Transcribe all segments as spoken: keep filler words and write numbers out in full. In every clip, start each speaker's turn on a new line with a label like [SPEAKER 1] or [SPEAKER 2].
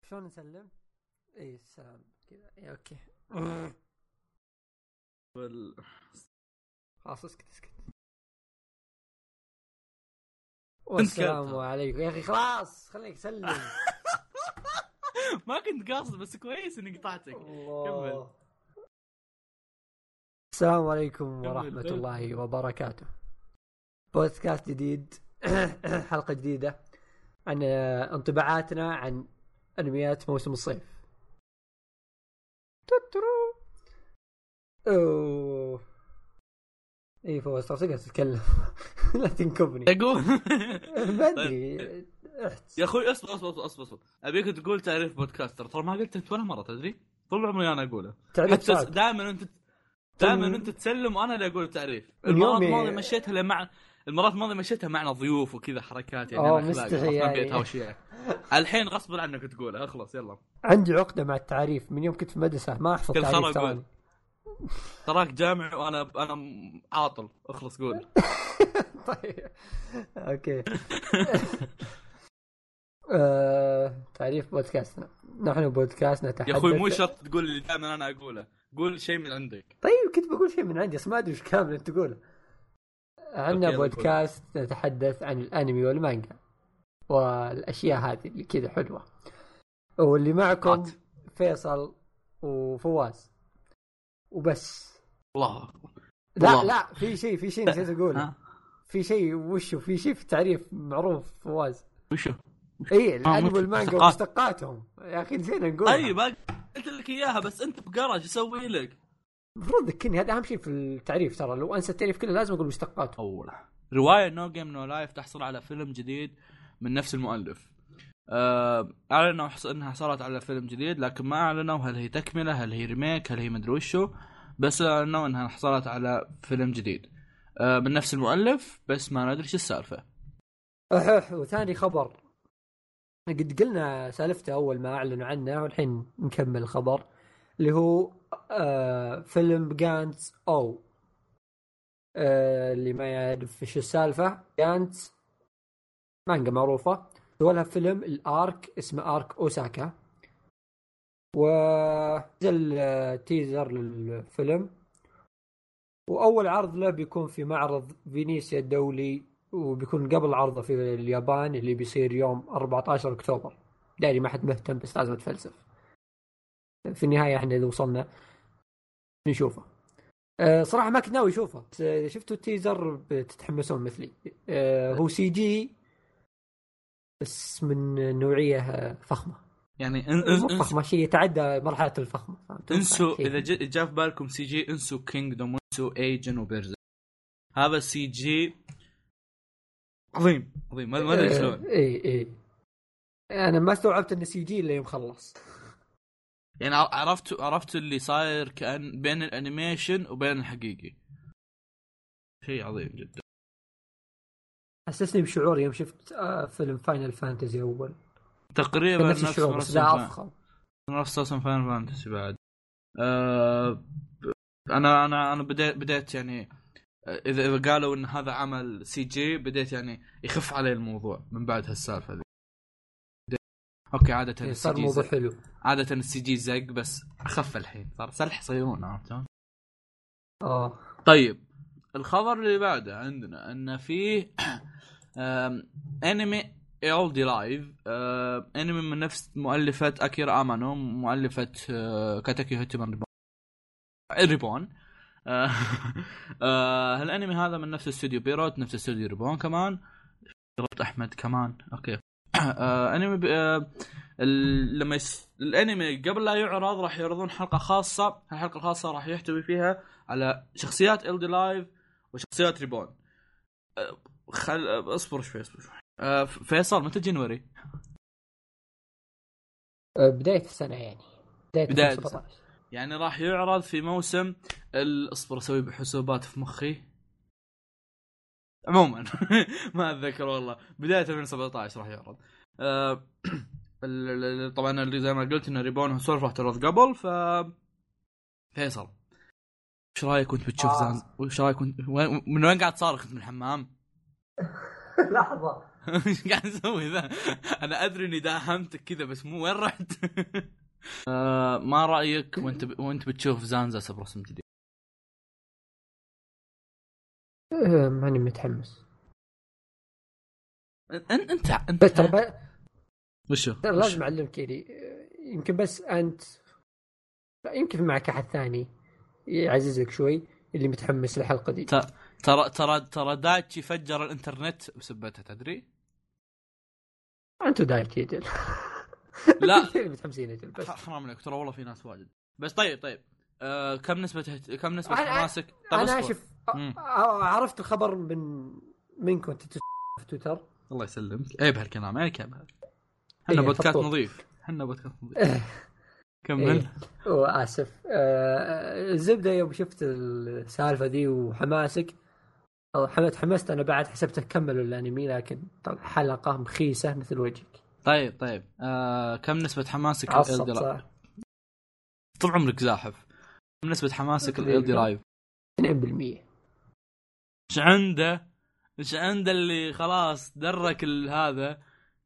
[SPEAKER 1] شلون نسلم؟ اي السلام كذا. اي اوكي
[SPEAKER 2] وال...
[SPEAKER 1] خلاص اسكت اسكت. والسلام
[SPEAKER 2] كاتب.
[SPEAKER 1] عليكم يا اخي خلاص خليك سلم.
[SPEAKER 2] ما كنت قاصد بس كويس اني قطعتك. كمل.
[SPEAKER 1] السلام عليكم ورحمة
[SPEAKER 2] كمل.
[SPEAKER 1] الله وبركاته. بودكاست جديد حلقة جديدة عن انطباعاتنا عن انميات موسم الصيف. توترو اوه اي فوز تقدر تتكلم. لا تنكبني
[SPEAKER 2] تقول
[SPEAKER 1] ما ادري.
[SPEAKER 2] يا اخوي اصبر اصبر اصبر اصبر ابيك تقول تعريف بودكاستر. ترى ما قلت انت ولا مره تدري طول عمري انا اقوله. حتى دائما انت دائما انت تسلم وانا اللي اقول التعريف. المرات الماضيه مشيتها لمع المرات الماضيه مشيتها معنا ضيوف وكذا حركات يعني
[SPEAKER 1] انا مستحي
[SPEAKER 2] ما بيتها وشيء. الحين غصب عنك تقولها. اخلص يلا.
[SPEAKER 1] عندي عقده مع التعريف من يوم كنت في مدرسه ما احفظ تعريف ثاني.
[SPEAKER 2] تراك جامع وانا انا عاطل. اخلص قول.
[SPEAKER 1] طيب اوكي. آه، تعريف بودكاستنا. نحن بودكاستنا نتحدث.
[SPEAKER 2] يا اخوي مو شرط تقول اللي دائما انا اقوله. قول شيء من عندك.
[SPEAKER 1] طيب كنت بقول شيء من عندي بس ما ادري ايش كامل انت تقوله. عندنا بودكاست نتحدث عن الانمي والمانجا والاشياء هذه اللي كذا حلوه. واللي معكم فيصل وفواز وبس.
[SPEAKER 2] الله.
[SPEAKER 1] لا
[SPEAKER 2] الله.
[SPEAKER 1] لا في شيء في شيء نسيت اقوله. في شيء وشو في شيء في تعريف معروف فواز.
[SPEAKER 2] وشو؟
[SPEAKER 1] ايه الانمي والمانجا ومشتقاتهم يا اخي نسينا نقول.
[SPEAKER 2] طيب قلت لك اياها بس انت بقرج اسوي لك.
[SPEAKER 1] المفروض ذكرني هذا اهم شيء في التعريف. ترى لو انسى التعريف كله لازم اقول مشتقاته.
[SPEAKER 2] اولا روايه نو جيم نو لايف تحصل على فيلم جديد من نفس المؤلف. أه اعلنوا انها حصلت على فيلم جديد لكن ما اعلنوا هل هي تكمله هل هي ريميك هل هي مدري وشو. بس اعلنوا انها حصلت على فيلم جديد أه من نفس المؤلف بس ما ندري ايش السالفه.
[SPEAKER 1] اح وثاني خبر قد قلنا سالفته اول ما اعلنوا عنه والحين نكمل الخبر اللي هو آه فيلم جانتس او آه اللي ما يعرف ايش السالفه. جانتس مانجا معروفه ولها فيلم الارك اسمه ارك اوساكا. ونزل آه تيزر للفيلم واول عرض له بيكون في معرض فينيسيا الدولي وبيكون قبل عرضه في اليابان اللي بيصير يوم أربعة عشر أكتوبر. داري ما حد مهتم بس لازم تفلسف. في النهاية احنا إذا وصلنا نشوفه. أه صراحة ما كنت ناوي اشوفه بس إذا شفتوا التيزر بتتحمسون مثلي. أه هو سي جي بس من نوعية فخمة.
[SPEAKER 2] يعني
[SPEAKER 1] مو فخمة شيء يتعدى مرحلة الفخمة.
[SPEAKER 2] انسوا اذا جاء في بالكم سي جي انسوا كينغدوم انسوا ايجن وبيرز. هذا سي جي عظيم عظيم ما ادري شلون.
[SPEAKER 1] اي اي انا ما استوعبت ان سي جي اللي يوم خلص.
[SPEAKER 2] يعني عرفت عرفت اللي صاير كأن بين الانيميشن وبين الحقيقي. شيء عظيم جدا.
[SPEAKER 1] حسسني بشعور يوم شفت فيلم فاينل فانتزي اول
[SPEAKER 2] تقريبا
[SPEAKER 1] نفس الشعور بس لا افخم.
[SPEAKER 2] نفس اصلا فاينل فانتزي بعد. أه انا انا انا بديت بديت يعني اذا اذا قالوا ان هذا عمل سي جي بديت يعني يخف علي الموضوع من بعد هالسالفه ذي. اوكي عاده
[SPEAKER 1] السي جي موضوع حلو.
[SPEAKER 2] عاده السي جي زق بس اخف الحين صار سلح يصيرون عرفتون.
[SPEAKER 1] اه
[SPEAKER 2] طيب الخبر اللي بعده عندنا ان في انمي اولدي لايف انمي من نفس مؤلفه اكيرا امانو مؤلفه كاتاكي هيتمان ريبون. هالانمي هذا من نفس استوديو بيروت نفس استوديو ريبون كمان. ربط احمد كمان اوكي. انمي ب... لما يس... الانمي قبل لا يعرض راح يعرضون حلقه خاصه. الحلقه الخاصه راح يحتوي فيها على شخصيات إلدي لايف وشخصيات ريبون. خل اصبر شوي اصبر شوي. فيصل متى جنوري؟
[SPEAKER 1] بدايه السنه يعني بدايه, بداية
[SPEAKER 2] السنة. يعني راح يعرض في موسم الاصبر اسوي بحسابات في مخي عموما ما اتذكر والله. بدايه ألفين وسبعة عشر راح يعرض. أه... طبعا اللي زي ما قلت ان ريبون سولف راح تعرض قبل. ف فيصل ايش رايك كنت بتشوف آه. زان وايش رايك كنت من وين قاعد صارخ من الحمام؟
[SPEAKER 1] لحظه
[SPEAKER 2] ايش قاعد اسوي ذا؟ انا ادري اني داهمتك كذا بس مو وين رحت. آه ما رايك وانت ب... وانت بتشوف زانزا برسم جديد؟
[SPEAKER 1] أه ماني متحمس.
[SPEAKER 2] انت انت انت
[SPEAKER 1] بس ترى
[SPEAKER 2] وشو
[SPEAKER 1] ترى لازم اعلمك يعني، يمكن بس انت يمكن معك احد ثاني يعززك شوي اللي متحمس للحلقه دي.
[SPEAKER 2] ترى ترى ترى دايتشي فجر الانترنت بسبتها تدري.
[SPEAKER 1] انتوا دايتشي يجل.
[SPEAKER 2] لا
[SPEAKER 1] متحمسين يجل بس
[SPEAKER 2] حرام عليك ترى والله في ناس واجد. بس طيب طيب آه كم نسبة هت... كم نسبة
[SPEAKER 1] أنا
[SPEAKER 2] حماسك؟ طيب
[SPEAKER 1] انا
[SPEAKER 2] أصبر.
[SPEAKER 1] شوف عرفت الخبر من منكم انت في تويتر. الله
[SPEAKER 2] يسلمك. ايه بهالكلام ايه كم احنا
[SPEAKER 1] إيه
[SPEAKER 2] بودكاست نظيف. احنا بودكاست نظيف. كمل.
[SPEAKER 1] إيه. واسف آه الزبده يوم شفت السالفه دي وحماسك او حمست حمست انا بعد حسبته كملوا الانمي، لكن طلع حلقه مخيسه مثل وجهك.
[SPEAKER 2] طيب طيب آه كم نسبة حماسك
[SPEAKER 1] عصب
[SPEAKER 2] صح. طول عمرك زاحف. كم نسبة حماسك الالدي لايف؟
[SPEAKER 1] اثنين بالمية.
[SPEAKER 2] ايش عنده؟ ايش عنده اللي خلاص درك هذا؟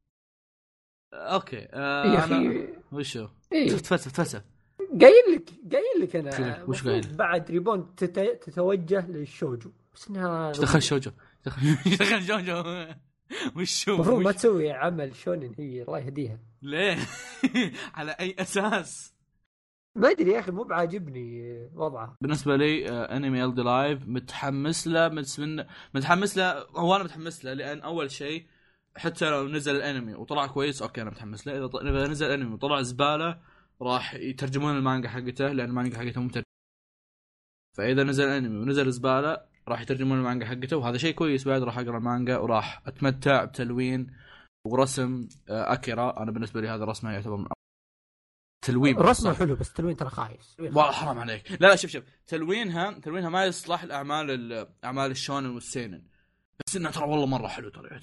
[SPEAKER 2] اوكي آه
[SPEAKER 1] يا اخي
[SPEAKER 2] أنا... وشو
[SPEAKER 1] إيه؟
[SPEAKER 2] تفلسف تفلسف
[SPEAKER 1] قايل لك قايل لك انا
[SPEAKER 2] وش قايل؟
[SPEAKER 1] بعد ريبون تت... تتوجه للشوجو بس انها
[SPEAKER 2] ايش دخل شوجو؟ ايش دخل شوجو؟ وش هو؟
[SPEAKER 1] المفروض ما تسوي عمل شونن هي الله يهديها.
[SPEAKER 2] ليه؟ على اي اساس؟
[SPEAKER 1] ما ادري يا اخي مو بعاجبني وضعه.
[SPEAKER 2] بالنسبه لي آه انمي ال دي لايف متحمس له متسمن متحمس له. هو انا متحمس له لان اول شيء حتى لو نزل الانمي وطلع كويس اوكي انا متحمس له. اذا نزل الانمي وطلع زباله راح يترجمون المانجا حقته لان المانجا حقته ممتازه. فاذا نزل الانمي ونزل زباله راح يترجمون المانجا حقته وهذا شيء كويس. بعد راح اقرا المانجا وراح اتمتع بتلوين ورسم اكيرا. انا بالنسبه لي هذا رسمه يعتبر من تلوين
[SPEAKER 1] رسمه حلو بس تلوين ترى خايس
[SPEAKER 2] والله حرام عليك. لا لا شوف شوف تلوينها تلوينها ما يصلح الاعمال الاعمال الشونن والسينن بس انها ترى والله مره حلو ترى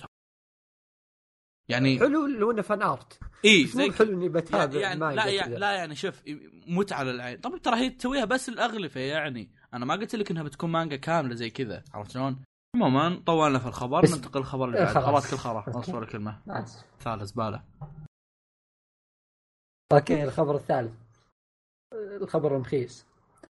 [SPEAKER 2] يعني
[SPEAKER 1] حلو لو انه فان ارت.
[SPEAKER 2] اي
[SPEAKER 1] زي حلو اني بتابع
[SPEAKER 2] يعني لا يعني لا يعني شوف متعه للعين. طب ترى هي تسويها بس الاغلفه يعني انا ما قلت لك انها بتكون مانجا كامله زي كذا عرفت شلون. عموما طولنا في الخبر ننتقل الخبر اللي بعد. خلاص كل خبر اصبر الكلمه ثالث زباله.
[SPEAKER 1] اوكي الخبر الثالث الخبر المخيس.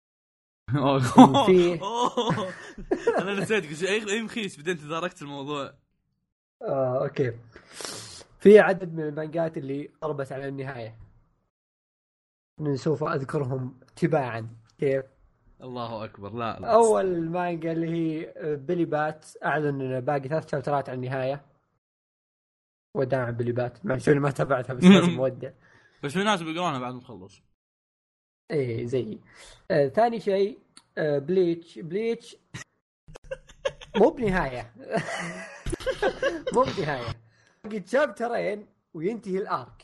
[SPEAKER 2] في انا نسيت اي مخيس بديت تداركت الموضوع.
[SPEAKER 1] اه اوكي في عدد من المانجات اللي قربت على النهايه سوف اذكرهم تباعا. كيف؟
[SPEAKER 2] الله اكبر. لا, لا
[SPEAKER 1] اول مانجا اللي هي بيلي بات اعلن انه باقي ثلاث شابترات على النهايه. وداع بيلي بات مع شو ما تابعتها بس لازم مودع.
[SPEAKER 2] بس في ناس بيقرونها بعد ما تخلص.
[SPEAKER 1] ايه زي آه، ثاني شيء آه، بليتش بليتش مو بنهايه مو بنهايه قد شابترين وينتهي الارك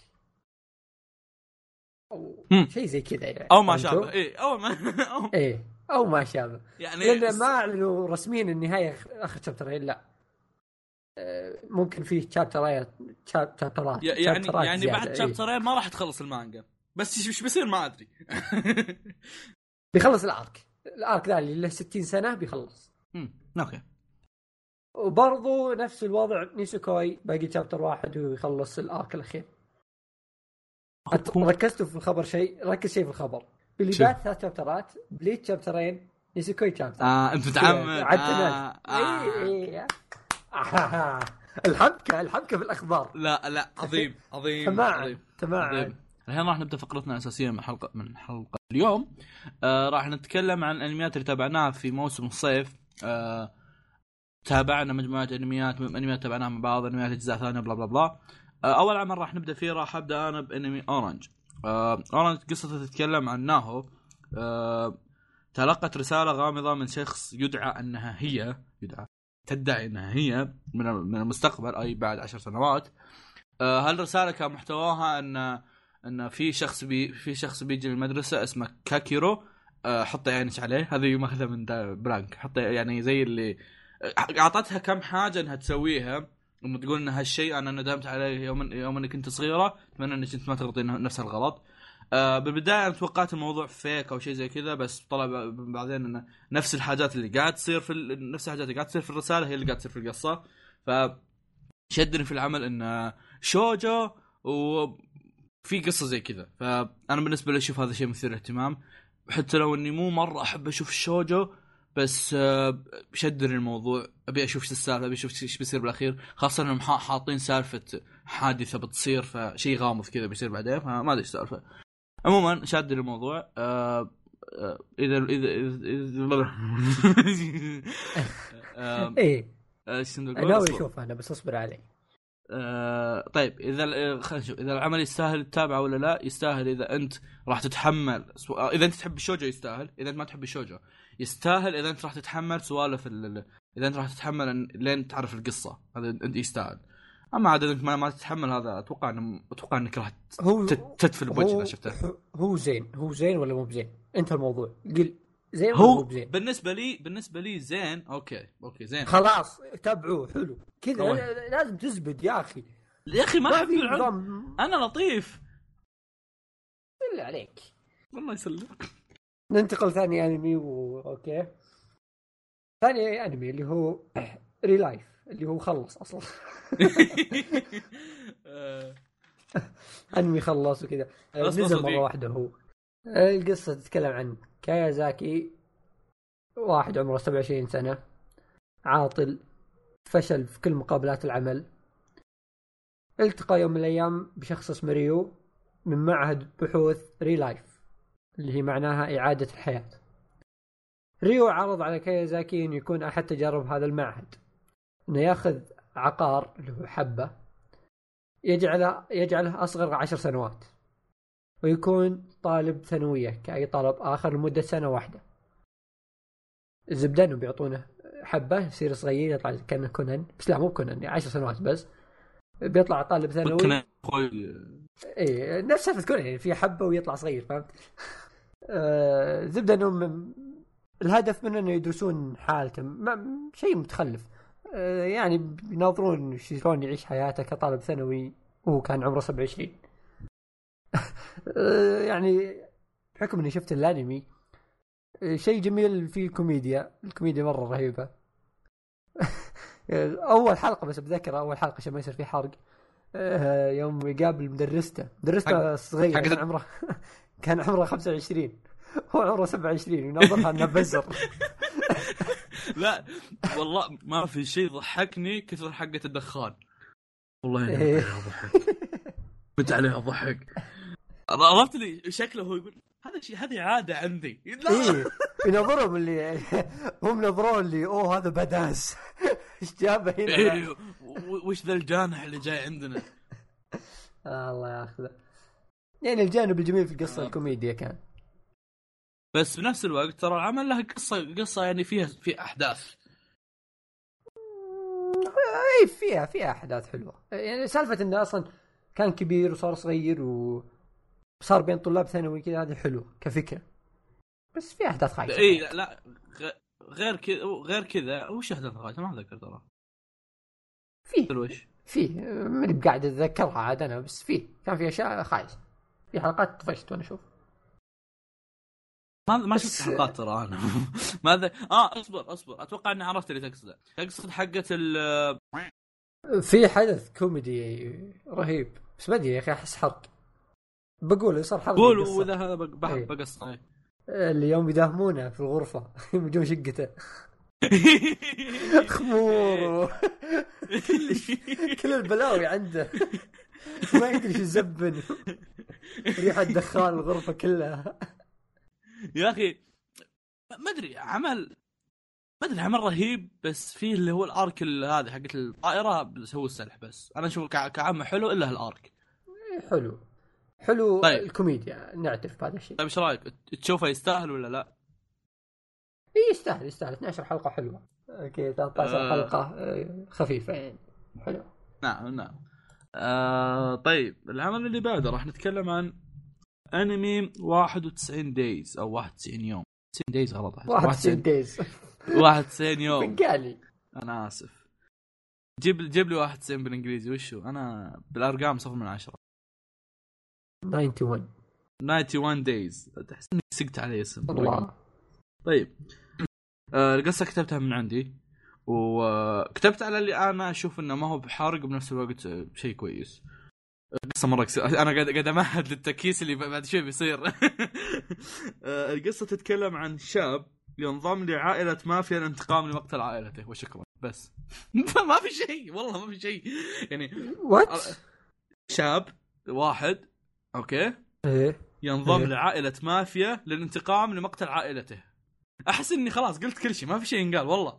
[SPEAKER 1] او شيء زي كذا يعني.
[SPEAKER 2] او ما شابه ايه او ما
[SPEAKER 1] أو... ايه او ما شابه
[SPEAKER 2] يعني
[SPEAKER 1] لان ما اعلنوا رسميا النهايه اخر شابترين. لا ممكن فيه شابترات شابترات
[SPEAKER 2] يعني يعني بعد شابترين ما راح تخلص المانجا بس ايش بيصير ما ادري.
[SPEAKER 1] بيخلص الارك الارك ذا اللي له ستين سنه بيخلص.
[SPEAKER 2] امم اوكي.
[SPEAKER 1] وبرضو نفس الوضع نيسوكوي باقي شابتر واحد ويخلص الارك الاخير. ركزتوا في الخبر شيء ركز شيء في الخبر. بليبات ثلاث شابترات بليت شابترين نيسوكوي شابتر.
[SPEAKER 2] اه انت متعمد
[SPEAKER 1] آه. آه. إيه. آه. الحبكه الحبكه في الاخبار.
[SPEAKER 2] لا لا عظيم عظيم
[SPEAKER 1] تمام تمام.
[SPEAKER 2] الحين راح نبدا فقرتنا الاساسيه من حلقه من حلقه اليوم. آه راح نتكلم عن الانميات اللي تابعناها في موسم الصيف. آه تابعنا مجموعه انميات انميات تابعناها مع بعض انميات اجزاء ثانيه بلا بلا بلا. آه اول عمل راح نبدا فيه راح ابدا انا بانمي اورنج. آه اورنج قصته تتكلم عن ناهو. آه تلقت رساله غامضه من شخص يدعى انها هي يدعى تدعي انها هي من من المستقبل اي بعد عشر سنوات. آه هالرساله كان محتواها ان ان في شخص بي في شخص بيجي للمدرسه اسمه كاكيرو. أه حط عينك عليه هذه ماخذه من برانك. حط يعني زي اللي اعطتها كم حاجه انها تسويها وما تقول ان هالشيء انا ندمت عليه يوم يوم انك كنت صغيره اتمنى انك انت ما تغلطين نفس الغلط. أه بالبدايه انا توقعت الموضوع فيك او شيء زي كذا بس طلع بعدين انه نفس الحاجات اللي قاعد تصير في نفس الحاجات اللي قاعد تصير في الرساله هي اللي قاعد تصير في القصه. ف شدني في العمل انه شوجو وفي قصه زي كذا. فانا بالنسبه لي اشوف هذا شيء مثير اهتمام، حتى لو اني مو مره احب اشوف الشوجو، بس شدني الموضوع. ابي اشوف ايش السالفه، ابي اشوف ايش بيصير بالاخير، خاصه انهم حاطين سالفه حادثه بتصير، فشيء غامض كذا بيصير بعدين، فما ادري ايش السالفه. عموما شادني الموضوع. أه اذا اذا اذا
[SPEAKER 1] ايه
[SPEAKER 2] ايش
[SPEAKER 1] نقول؟ ناوي اشوف انا، بس اصبر علي.
[SPEAKER 2] أه طيب اذا خلينا نشوف اذا العمل يستاهل تتابعه ولا لا. يستاهل اذا انت راح تتحمل، اذا انت تحب الشوجو يستاهل، اذا انت ما تحب الشوجو يستاهل، اذا انت راح تتحمل سوالف ال... اذا انت راح تتحمل لين تعرف القصه، هذا انت يستاهل. اما عاد انت ما, ما تتحمل، هذا اتوقع ان اتوقع انك راح تتفل بوجه اذا شفته.
[SPEAKER 1] هو زين هو زين ولا مو بزين؟ انت الموضوع قل زين
[SPEAKER 2] هو
[SPEAKER 1] ولا مو بزين؟
[SPEAKER 2] بالنسبه لي بالنسبه لي زين. اوكي اوكي زين،
[SPEAKER 1] خلاص تابعوه حلو كذا. لازم تزبد يا اخي.
[SPEAKER 2] يا اخي ما احب العظم، انا لطيف
[SPEAKER 1] بالله عليك،
[SPEAKER 2] والله يسلمك.
[SPEAKER 1] ننتقل ثاني انمي و... اوكي ثاني انمي اللي هو ريلايف، اللي هو خلص اصلا. انمي خلص وكذا، نزل مره واحده. هو القصه تتكلم عن كايازاكي، واحد عمره سبعة وعشرين سنه، عاطل، فشل في كل مقابلات العمل. التقى يوم من الايام بشخص اسمه ريو من معهد بحوث ريلايف، اللي هي معناها اعاده الحياه. ريو عرض على كايازاكي انه يكون احد تجارب هذا المعهد، انه ياخذ عقار اللي هو حبه يجعله يجعله اصغر عشر سنوات، ويكون طالب ثانويه كاي طالب اخر لمده سنه واحده. الزبده انه بيعطونه حبه يصير صغير، يطلع كانه كونان، بس لا مو كونان، يعني عشر سنوات بس بيطلع طالب ثانوي. اي نفس سالفه كونان، يعني في حبه ويطلع صغير، فهمت؟ آه زبده انه الهدف منه انه يدرسون حالته، شيء متخلف. آه يعني بيناظرون شلون يعيش حياته كطالب ثانوي وهو كان عمره سبعة وعشرين. آه يعني بحكم اني شفت الانمي، آه شيء جميل فيه الكوميديا، الكوميديا مره رهيبه. اول حلقه بس بذكر اول حلقه عشان ما يصير في حرق. آه يوم يقابل مدرسته مدرسته صغير، كان عمره كان عمره خمسة وعشرين، هو عمره سبعة وعشرين، وناظرها انه بزر.
[SPEAKER 2] لا والله ما في شيء ضحكني كثر حقة الدخان، والله اني ضحك بنت عليها ضحك. عرفت لي شكله هو يقول هذا شيء، هذه عاده عندي.
[SPEAKER 1] ايه ينظرهم اللي هم نظروا اللي اوه هذا بداس. ايش جابه هنا؟
[SPEAKER 2] إيه وش ذا الجانح اللي جاي عندنا؟
[SPEAKER 1] الله ياخذه. يعني الجانب الجميل في القصه آه. الكوميديا كان،
[SPEAKER 2] بس بنفس الوقت ترى العمل له قصه قصه يعني فيها في احداث.
[SPEAKER 1] اي فيها فيها احداث حلوه. يعني سالفه انه اصلا كان كبير وصار صغير وصار بين طلاب ثانوي كذا، هذه حلوه كفكره، بس في احداث خايسه.
[SPEAKER 2] اي لا, لا غير كذا غير كذا وش احداث خايسه ما اتذكر ترى.
[SPEAKER 1] في
[SPEAKER 2] وش
[SPEAKER 1] في من قاعد اتذكرها عاد انا، بس في كان في اشياء خايسه، في حلقات طفشت وانا اشوف.
[SPEAKER 2] ما ما شفت حلقات ترى انا. ماذا اه اصبر اصبر اتوقع اني عرفت اللي تقصده. تقصد حقه ال
[SPEAKER 1] في حدث كوميدي رهيب، بس بدي يا اخي احس حرق. بقول صار حرق.
[SPEAKER 2] قول واذا هذا بقص
[SPEAKER 1] ايه. اليوم يداهمونه في الغرفه يمجون شقته. خمور كل كل البلاوي عنده، ما يدري شو يزبن، ريحه دخان الغرفه كلها.
[SPEAKER 2] يا اخي ما ادري عمل ما ادري عمل رهيب، بس فيه اللي هو الارك هذا حقت الطائره بس هو السلح. بس انا اشوف كعمل حلو الا الارك
[SPEAKER 1] حلو حلو.
[SPEAKER 2] طيب.
[SPEAKER 1] الكوميديا نعترف بهذا الشيء.
[SPEAKER 2] طيب ايش رايك تشوفه يستاهل ولا لا؟
[SPEAKER 1] ايه يستاهل يستاهل. اثنتي عشرة حلقه حلوه. اوكي ثلاثة عشر أه... حلقه خفيفه يعني حلو.
[SPEAKER 2] نعم نعم. آه طيب العمل اللي بعده راح نتكلم عن انمي واحد وتسعين دايز او واحد وتسعين يوم. تسعين دايز غلط.
[SPEAKER 1] واحد وتسعين دايز
[SPEAKER 2] واحد وتسعين يوم.
[SPEAKER 1] قالي
[SPEAKER 2] انا اسف. جيب جيب لي واحد وتسعين بالانجليزي وشو؟ انا بالارقام صفر من عشرة.
[SPEAKER 1] واحد وتسعين
[SPEAKER 2] واحد وتسعين دايز. تحس اني سقت عليه اسم
[SPEAKER 1] الله.
[SPEAKER 2] طيب آه القصه كتبتها من عندي. وكتبت على اللي انا اشوف انه ما هو بحارق بنفس الوقت شيء كويس. القصه مره كس... انا قاعد قاعد امهد للتكيس اللي بعد شوي بيصير. القصه تتكلم عن شاب ينضم لعائله مافيا لانتقام لمقتل عائلته وشكرا بس. ما في شيء والله ما في شيء يعني.
[SPEAKER 1] وات
[SPEAKER 2] شاب واحد اوكي
[SPEAKER 1] ايه
[SPEAKER 2] ينضم
[SPEAKER 1] إيه.
[SPEAKER 2] لعائله مافيا للانتقام لمقتل عائلته. احس اني خلاص قلت كل شيء ما في شيء ينقال والله.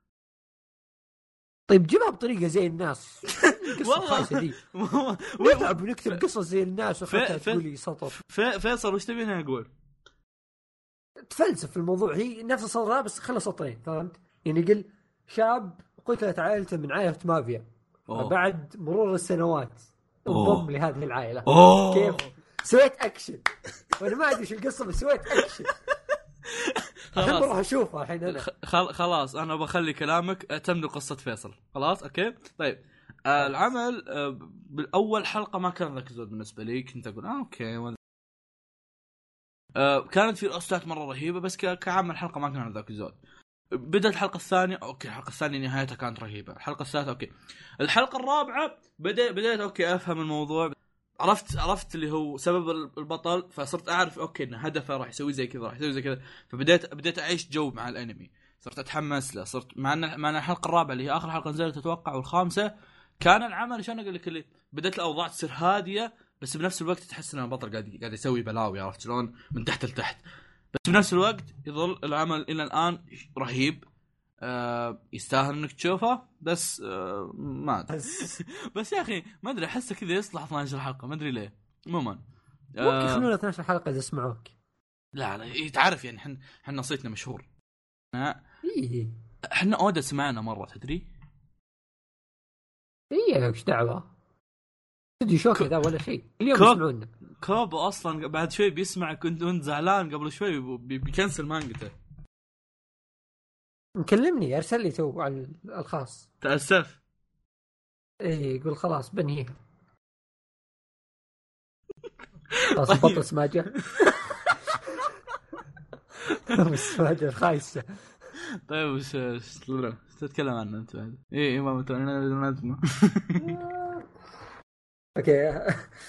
[SPEAKER 1] طيب جيبها بطريقه زي الناس.
[SPEAKER 2] والله
[SPEAKER 1] دي نلعب ونكتب قصص زي الناس وحتى تقول لي سطر.
[SPEAKER 2] فيصل وش تبيني اقول؟
[SPEAKER 1] تفلسف في الموضوع. هي نفس السطر بس خلى سطرين فهمت يعني. قل شاب قتلت عائلته من عائله مافيا بعد مرور السنوات انضم لهذه العائله.
[SPEAKER 2] أوه.
[SPEAKER 1] كيف سويت اكشن وانا ما ادري ايش القصه بس سويت اكشن. خلاص اروح اشوفها الحين انا.
[SPEAKER 2] خلاص انا بخلي كلامك تمد قصه فيصل. خلاص اوكي طيب. آه العمل آه بالاول حلقه ما كان ذاك الزود بالنسبه لي. كنت اقول آه اوكي آه كانت في الاوستات مره رهيبه بس كعمل حلقه ما كان ذاك الزود. بدأت الحلقة الثانية أوكي. الحلقة الثانية نهايتها كانت رهيبة. الحلقة الثالثة أوكي. الحلقة الرابعة بدأ بدأت أوكي أفهم الموضوع. عرفت عرفت اللي هو سبب البطل. فصرت أعرف أوكي إن هدفه راح يسوي زي كذا راح يسوي زي كذا. فبدأت بدأت أعيش جو مع الأنمي. صرت أتحمس له. صرت مع أن مع الحلقة الرابعة اللي هي آخر حلقة نزلت أتوقع والخامسة كان العمل شلون أقول لك اللي بدأت الأوضاع تصير هادية بس بنفس الوقت تحس إن البطل قاعد قاعد يسوي بلاوي. عرفت شلون من تحت لتحت بس بنفس الوقت يظل العمل إلى الآن رهيب. آه يستاهل انك تشوفه بس آه ما ادري. بس يا اخي ما ادري احسه كذا يصلح اثنا عشر حلقه ما ادري ليه. عموما
[SPEAKER 1] آه ممكن يخلونا اثنا عشر حلقه اذا اسمعوك.
[SPEAKER 2] لا لا يتعرف يعني احنا احنا صيتنا مشهور.
[SPEAKER 1] ايه
[SPEAKER 2] احنا اودا سمعنا مره تدري.
[SPEAKER 1] ايه ايش دعوه تدي شوكه ذا ولا شيء اليوم يسمعونا.
[SPEAKER 2] كوب اصلا بعد شوي بيسمع. كنت وانت زعلان قبل شوي بيكنسل مانجته.
[SPEAKER 1] مكلمني ارسل لي تو على الخاص
[SPEAKER 2] تأسف.
[SPEAKER 1] ايه يقول خلاص بنهيها. خلاص بطل سماجة. سماجة خايسة.
[SPEAKER 2] طيب وش تتكلم عنه انت بعد؟ ايه ايه ما انا نزمه.
[SPEAKER 1] اوكي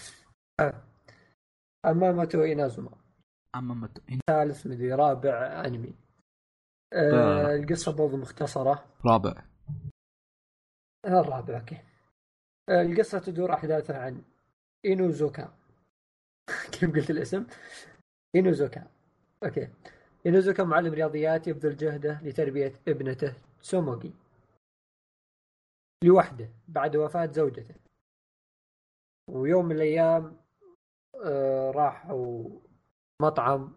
[SPEAKER 1] امامتو إينازوما.
[SPEAKER 2] امامتو
[SPEAKER 1] ثالث مدري رابع انمي. آه القصة برضو مختصرة.
[SPEAKER 2] رابع
[SPEAKER 1] آه الرابع اوكي. آه القصة تدور احداثها عن إينوزوكا. كيف قلت الاسم؟ إينوزوكا. اوكي. إينوزوكا معلم رياضيات يبذل جهده لتربية ابنته سوموغي لوحده بعد وفاة زوجته. ويوم من الايام آه راحوا مطعم.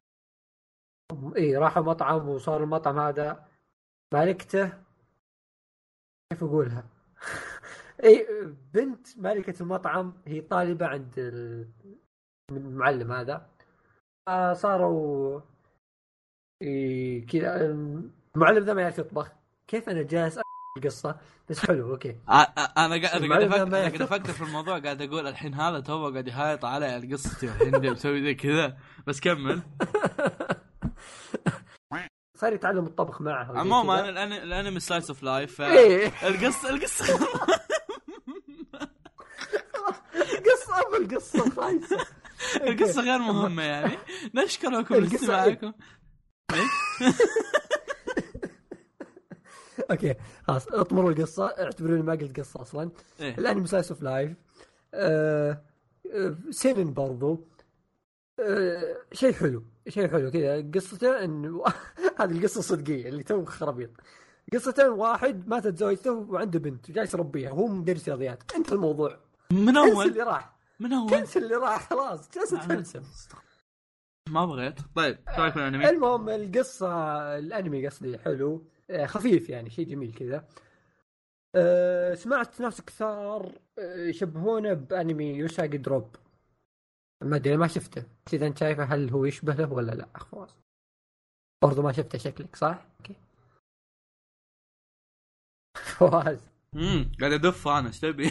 [SPEAKER 1] ايه راحوا مطعم وصار المطعم هذا مالكته كيف اقولها. اي بنت مالكة المطعم هي طالبة عند المعلم هذا. صاروا إيه كذا. المعلم ذا ما يعرف يطبخ. كيف انا جالس القصة بس حلو اوكي.
[SPEAKER 2] انا قاعد قاعد افكر قاعد افكر في الموضوع. قاعد اقول الحين هذا تو قاعد يهايط علي القصة الحين بسوي زي كذا بس كمل.
[SPEAKER 1] صار يتعلم الطبخ معها.
[SPEAKER 2] عموما الانمي الانمي سلايس اوف لايف. القصه القصه
[SPEAKER 1] القصه ابو القصه خايسه.
[SPEAKER 2] القصه غير مهمه يعني. نشكركم لاستماعكم.
[SPEAKER 1] اوكي خلاص اطمروا القصه. اعتبروني ما قلت قصه اصلا. الانمي سلايس اوف لايف سينن برضو أه شيء حلو شيء حلو كذا. قصته انه هذه القصه صدقيه اللي تو خرابيط. قصته واحد ماتت زوجته وعنده بنت وجاي يربيها وهو مدرس رياضيات. انت الموضوع
[SPEAKER 2] من اول
[SPEAKER 1] اللي راح
[SPEAKER 2] من اول
[SPEAKER 1] كنسل اللي راح خلاص جالس تفلسف.
[SPEAKER 2] ما بغيت. طيب ايش رايك في الانمي؟
[SPEAKER 1] المهم القصه الانمي قصدي حلو خفيف يعني شيء جميل كذا. أه سمعت ناس كثار يشبهونه بانمي يوساغي دروب. ما ادري ما شفته. اذا انت شايفه هل هو يشبه له ولا لا؟ خلاص برضو ما شفته شكلك صح. اوكي فواز
[SPEAKER 2] امم قاعد ادف انا ايش تبي؟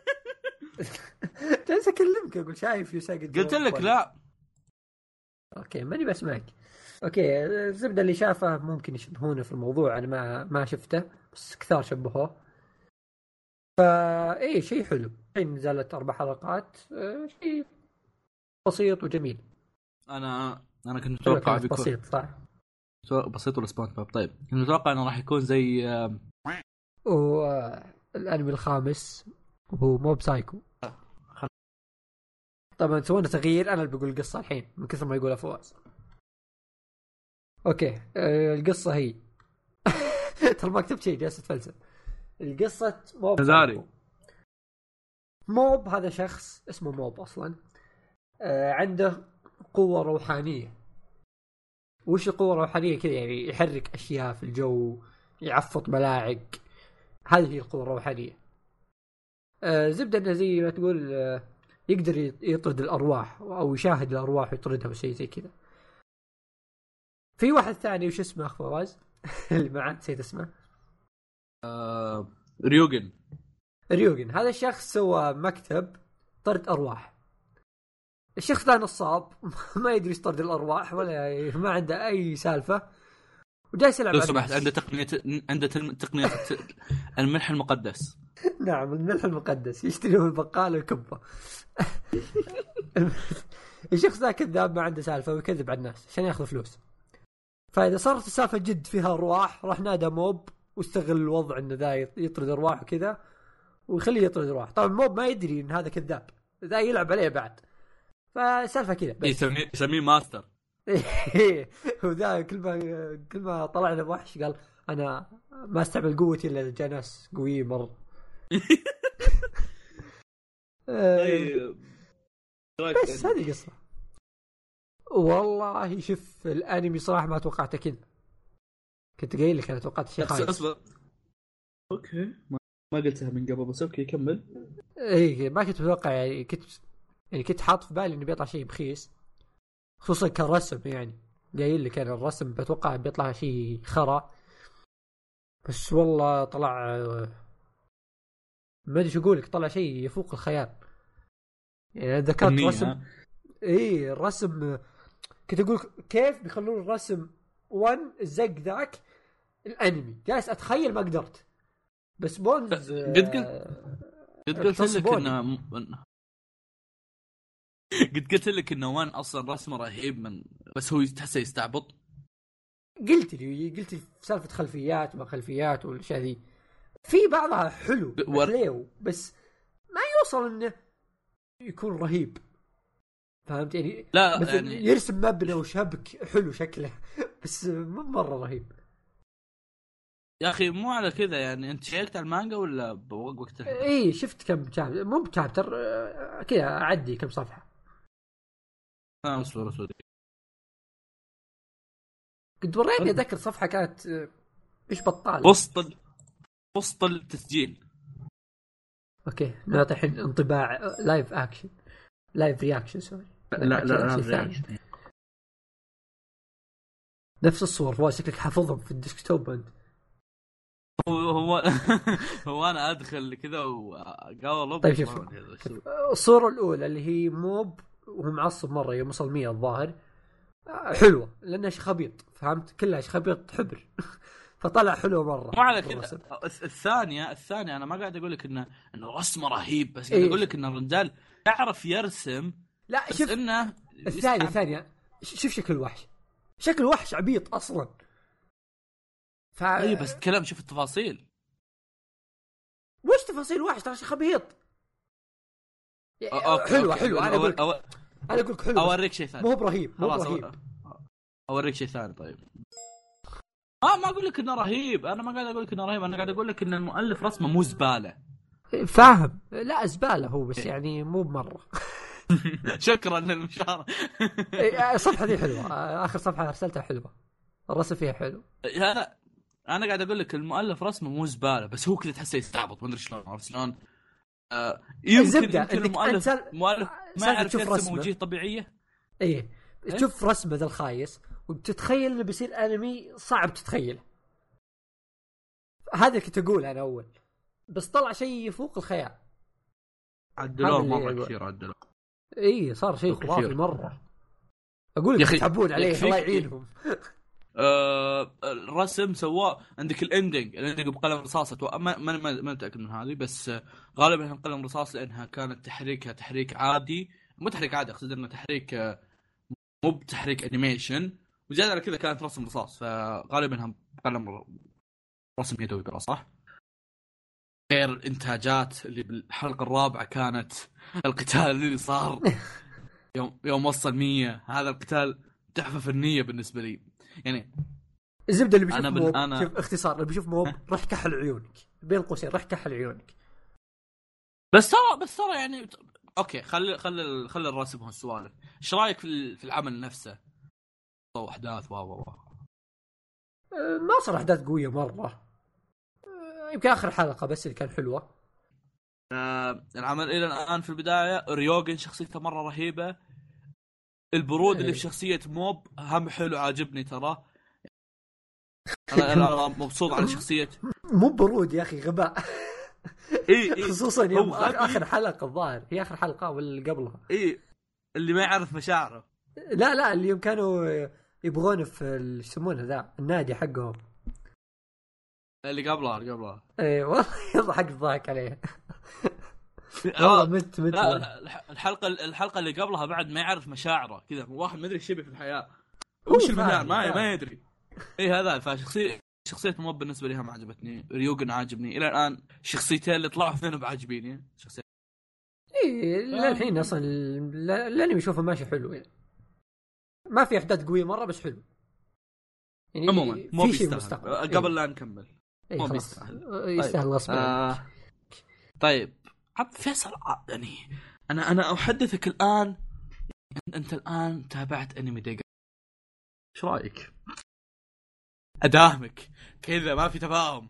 [SPEAKER 1] جالس اكلمك اقول شايف يوساغي دروب.
[SPEAKER 2] قلت لك لا.
[SPEAKER 1] اوكي ماني بسمعك. اوكي الزبده اللي شافه ممكن يشبهونه في الموضوع، انا ما ما شفته بس كثار شبهوه. فا ايه شيء حلو، الحين نزلت اربع حلقات، آه، شيء بسيط وجميل.
[SPEAKER 2] انا انا كنت
[SPEAKER 1] حلو
[SPEAKER 2] متوقع
[SPEAKER 1] كلمة
[SPEAKER 2] بيكون
[SPEAKER 1] بسيط صح.
[SPEAKER 2] بسيط ولا سبونج بوب. طيب كنت متوقع انه راح يكون زي آه،
[SPEAKER 1] والانمي الخامس وهو موب سايكو. طبعا سوينا تغيير، انا اللي بقول القصه الحين من كثر ما يقولها فواز. اوكي أه القصه هي ترى ما كتبت شيء، جالس اتفلسف. القصه موب
[SPEAKER 2] هزاري.
[SPEAKER 1] سايكو. موب هذا شخص اسمه موب اصلا، أه عنده قوه روحانيه. وش القوه الروحانيه كذا؟ يعني يحرك اشياء في الجو، يعفط ملاعق، هذه هي القوه الروحانيه. أه زبده انه زي ما تقول أه يقدر يطرد الارواح او يشاهد الارواح ويطردها وشيء زي كذا. في واحد ثاني وش اسمه اخ فواز اللي معاه نسيت اسمه.
[SPEAKER 2] آه... ريوغن.
[SPEAKER 1] ريوغن هذا الشخص سوى مكتب طرد ارواح. الشخص ذا نصاب ما يدري يطرد الارواح ولا ما عنده اي سالفه، وجالس يلعب.
[SPEAKER 2] لو سمحت عنده تقنيه عنده تقنيه الملح المقدس.
[SPEAKER 1] نعم الملح المقدس، يشتريه من البقاله ويكبه. الشخص ذا كذاب ما عنده سالفه ويكذب على الناس عشان ياخذ فلوس. فاذا صارت السالفه جد فيها ارواح راح نادى موب واستغل الوضع انه ذا يطرد ارواح وكذا ويخليه يطرد ارواح. طبعا موب ما يدري ان هذا كذاب، ذا يلعب عليه بعد. فسالفه كذا
[SPEAKER 2] يسميه يسميه ماستر.
[SPEAKER 1] وذا كل ما كل ما طلع له وحش قال انا ما استعمل قوتي الا اذا جاء ناس قويين مره. بس هذه قصه. والله شوف الانمي صراحه ما توقعته كذا، كنت قايل لك انا توقعت شيء خايس.
[SPEAKER 2] اصبر اوكي ما, ما قلتها من قبل بس اوكي كمل.
[SPEAKER 1] اي ما كنت متوقع، يعني كنت يعني كنت حاط في بالي انه بيطلع شيء بخيس خصوصا كرسم، يعني قايل لك انا الرسم بتوقع بيطلع شيء خرا، بس والله طلع ما ادري شو اقول لك، طلع شيء يفوق الخيال. يعني ذكرت رسم اي الرسم كنت اقول كيف بيخلون الرسم واحد الزق ذاك الانمي، جالس اتخيل ما قدرت. بس بونز
[SPEAKER 2] قد قلت قد قلت لك انه قد قلت لك انه وان اصلا رسمه رهيب من بس هو تحسه يستعبط.
[SPEAKER 1] قلت لي قلت لي سالفه خلفيات ما خلفيات والاشياء ذي في بعضها حلو ور... بس ما يوصل انه يكون رهيب، فهمت يعني؟
[SPEAKER 2] لا
[SPEAKER 1] مثل
[SPEAKER 2] يعني
[SPEAKER 1] يرسم مبنى وشبك حلو شكله بس مو مره رهيب
[SPEAKER 2] يا اخي. مو على كذا يعني انت شيكت على المانجا ولا بوقت؟
[SPEAKER 1] اي شفت كم شابتر، مو بشابتر كذا اعدي كم صفحه.
[SPEAKER 2] اه اصبر اصبر
[SPEAKER 1] قد وريتني اذكر صفحه كانت ايش بطاله
[SPEAKER 2] وسط ال... وسط التسجيل.
[SPEAKER 1] اوكي نعطي الحين انطباع لايف اكشن لايف رياكشن سوري
[SPEAKER 2] لا لا لا, لا
[SPEAKER 1] نفس الصور فواز شكلك حافظهم في الديسكتوب انت.
[SPEAKER 2] هو هو هو انا ادخل كذا وقاول.
[SPEAKER 1] طيب شوف الصوره الاولى اللي هي موب وهو معصب مره يوم وصل مية الظاهر حلوه لانها شيء خبيط، فهمت؟ كلها شيء خبيط حبر فطلع حلو مره.
[SPEAKER 2] مو على كذا. الثانيه الثانيه انا ما قاعد اقول لك انه انه رسمه رهيب، بس قاعد
[SPEAKER 1] إيه؟
[SPEAKER 2] اقول لك ان الرجال يعرف يرسم.
[SPEAKER 1] لا شوف
[SPEAKER 2] انه
[SPEAKER 1] الثانيه الثانيه شوف شكل الوحش، شكل وحش عبيط اصلا.
[SPEAKER 2] ف... اي بس تكلم شوف التفاصيل.
[SPEAKER 1] وش تفاصيل وحش؟ ترى شيء خبيط. حلوه حلوه انا اقول أو... انا اقول لك حلو.
[SPEAKER 2] اوريك شيء ثاني
[SPEAKER 1] مو برهيب مو برهيب.
[SPEAKER 2] اوريك شيء ثاني. طيب اه ما اقول لك انه رهيب، انا ما قاعد اقول لك انه رهيب، انا قاعد اقول لك ان المؤلف رسمه مو زباله.
[SPEAKER 1] فاهم؟ لا زباله هو بس يعني مو بمره.
[SPEAKER 2] شكرا للمشاركه.
[SPEAKER 1] الصفحه دي حلوه، اخر صفحه ارسلتها حلوه، الرسم فيها حلو.
[SPEAKER 2] انا انا قاعد اقول لك المؤلف رسمه مو زباله، بس هو كذا تحسه يستعبط ما ادري شلون. عرفت شلون؟ آه يمكن يمكن المؤلف مؤلف ما يعرف يرسم وجيه طبيعيه.
[SPEAKER 1] ايه تشوف رسمه ذا الخايس وتتخيل انه بيصير انمي صعب تتخيله. هذا كنت اقول انا اول، بس طلع شيء يفوق الخيال.
[SPEAKER 2] عدلوه مره كثير عدلوه.
[SPEAKER 1] ايه صار شيء خرافي مره. اقول لك تحبون عليه الله يعينهم.
[SPEAKER 2] آه الرسم سواء عندك الاندنج الاندنج بقلم رصاص ما ما ما متاكد من هذه بس غالبا هم قلم رصاص لانها كانت تحريكها تحريك عادي مو تحريك عادي اقصد انه تحريك مو بتحريك انيميشن وزياده على كذا كانت رسم رصاص فغالبا هم قلم رسم يدوي بلا صح. غير الانتاجات اللي بالحلقه الرابعه كانت القتال اللي صار يوم يوم وصل مية هذا القتال تحفه فنيه بالنسبه لي يعني.
[SPEAKER 1] الزبده اللي بيشوف
[SPEAKER 2] أنا
[SPEAKER 1] موب
[SPEAKER 2] أنا...
[SPEAKER 1] شوف اختصار اللي بيشوف موب راح كحل عيونك بين قوسين راح كحل عيونك.
[SPEAKER 2] بس ترى بس ترى يعني اوكي خلي خلي خلي الرسم هو السوالف. ايش رايك في في العمل نفسه او احداث واو واو
[SPEAKER 1] ما صار احداث قويه مره يمكن اخر حلقه بس اللي كان حلوه.
[SPEAKER 2] آه العمل الى الان في البدايه ريوغن شخصيته مره رهيبه. البرود اللي في شخصيه موب هم حلو عاجبني ترى. انا انا مبسوط على شخصيه
[SPEAKER 1] مو برود يا اخي غباء.
[SPEAKER 2] اي إيه
[SPEAKER 1] خصوصا يوم اخر حلقه الظاهر هي اخر حلقه ولا قبلها
[SPEAKER 2] اي اللي ما يعرف مشاعره.
[SPEAKER 1] لا لا اللي يوم كانوا يبغون في يسمونه ذا النادي حقهم
[SPEAKER 2] اللي قبلها اللي قبلها
[SPEAKER 1] اي والله يضحك الضحك عليه. والله مت مت
[SPEAKER 2] الحلقه الحلقه اللي قبلها بعد ما يعرف مشاعره كذا واحد ما ادري ايش يبي في الحياه وش المشاعر ما ما يدري اي هذا. فشخصيه شخصيه موب بالنسبه لي ما عجبتني. ريوغن عاجبني الى الان. شخصيتين اللي طلعوا اثنين بعجبيني شخصيه
[SPEAKER 1] اي للحين اصلا لاني بشوفه ماشي حلو يعني. ما في احداث قويه مره بس حلو
[SPEAKER 2] يعني عموما مو بيستاهل قبل لا نكمل
[SPEAKER 1] إيه مو بيستاهل يستاهل غصب
[SPEAKER 2] آه طيب عبد فيصل يعني انا انا احدثك الان انت الان تابعت انمي ديجا ايش رايك؟ اداهمك كذا ما في تفاهم.